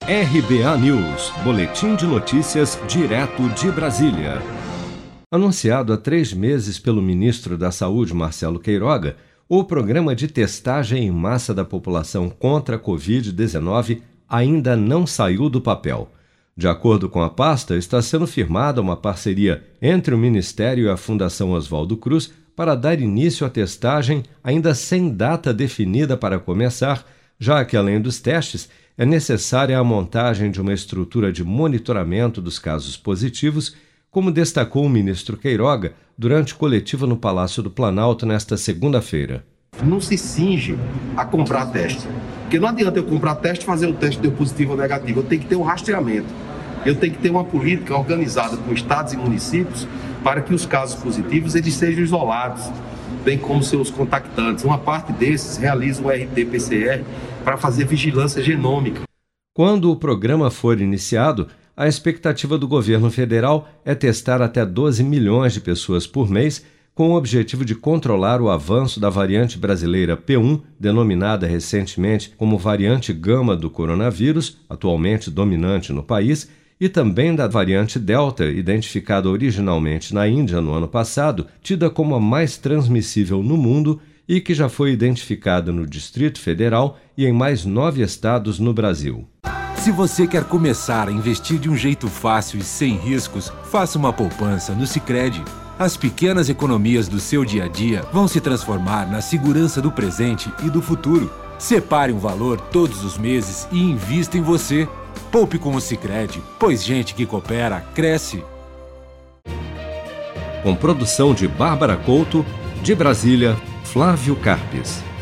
RBA News, boletim de notícias direto de Brasília. Anunciado há 3 meses pelo ministro da Saúde, Marcelo Queiroga, o programa de testagem em massa da população contra a Covid-19 ainda não saiu do papel. De acordo com a pasta, está sendo firmada uma parceria entre o Ministério e a Fundação Oswaldo Cruz para dar início à testagem ainda sem data definida para começar, já que, além dos testes, é necessária a montagem de uma estrutura de monitoramento dos casos positivos, como destacou o ministro Queiroga durante coletiva no Palácio do Planalto nesta segunda-feira. Não se cinge a comprar teste, porque não adianta eu comprar teste e fazer o teste deu positivo ou negativo, eu tenho que ter um rastreamento, eu tenho que ter uma política organizada com estados e municípios para que os casos positivos eles sejam isolados, bem como seus contactantes. Uma parte desses realiza o RT-PCR para fazer vigilância genômica. Quando o programa for iniciado, a expectativa do governo federal é testar até 12 milhões de pessoas por mês, com o objetivo de controlar o avanço da variante brasileira P1, denominada recentemente como variante gama do coronavírus, atualmente dominante no país, e também da variante Delta, identificada originalmente na Índia no ano passado, tida como a mais transmissível no mundo e que já foi identificada no Distrito Federal e em mais 9 estados no Brasil. Se você quer começar a investir de um jeito fácil e sem riscos, faça uma poupança no Sicredi. As pequenas economias do seu dia a dia vão se transformar na segurança do presente e do futuro. Separe um valor todos os meses e invista em você. Poupe com o Sicredi, pois gente que coopera, cresce. Com produção de Bárbara Couto, de Brasília, Flávio Carpes.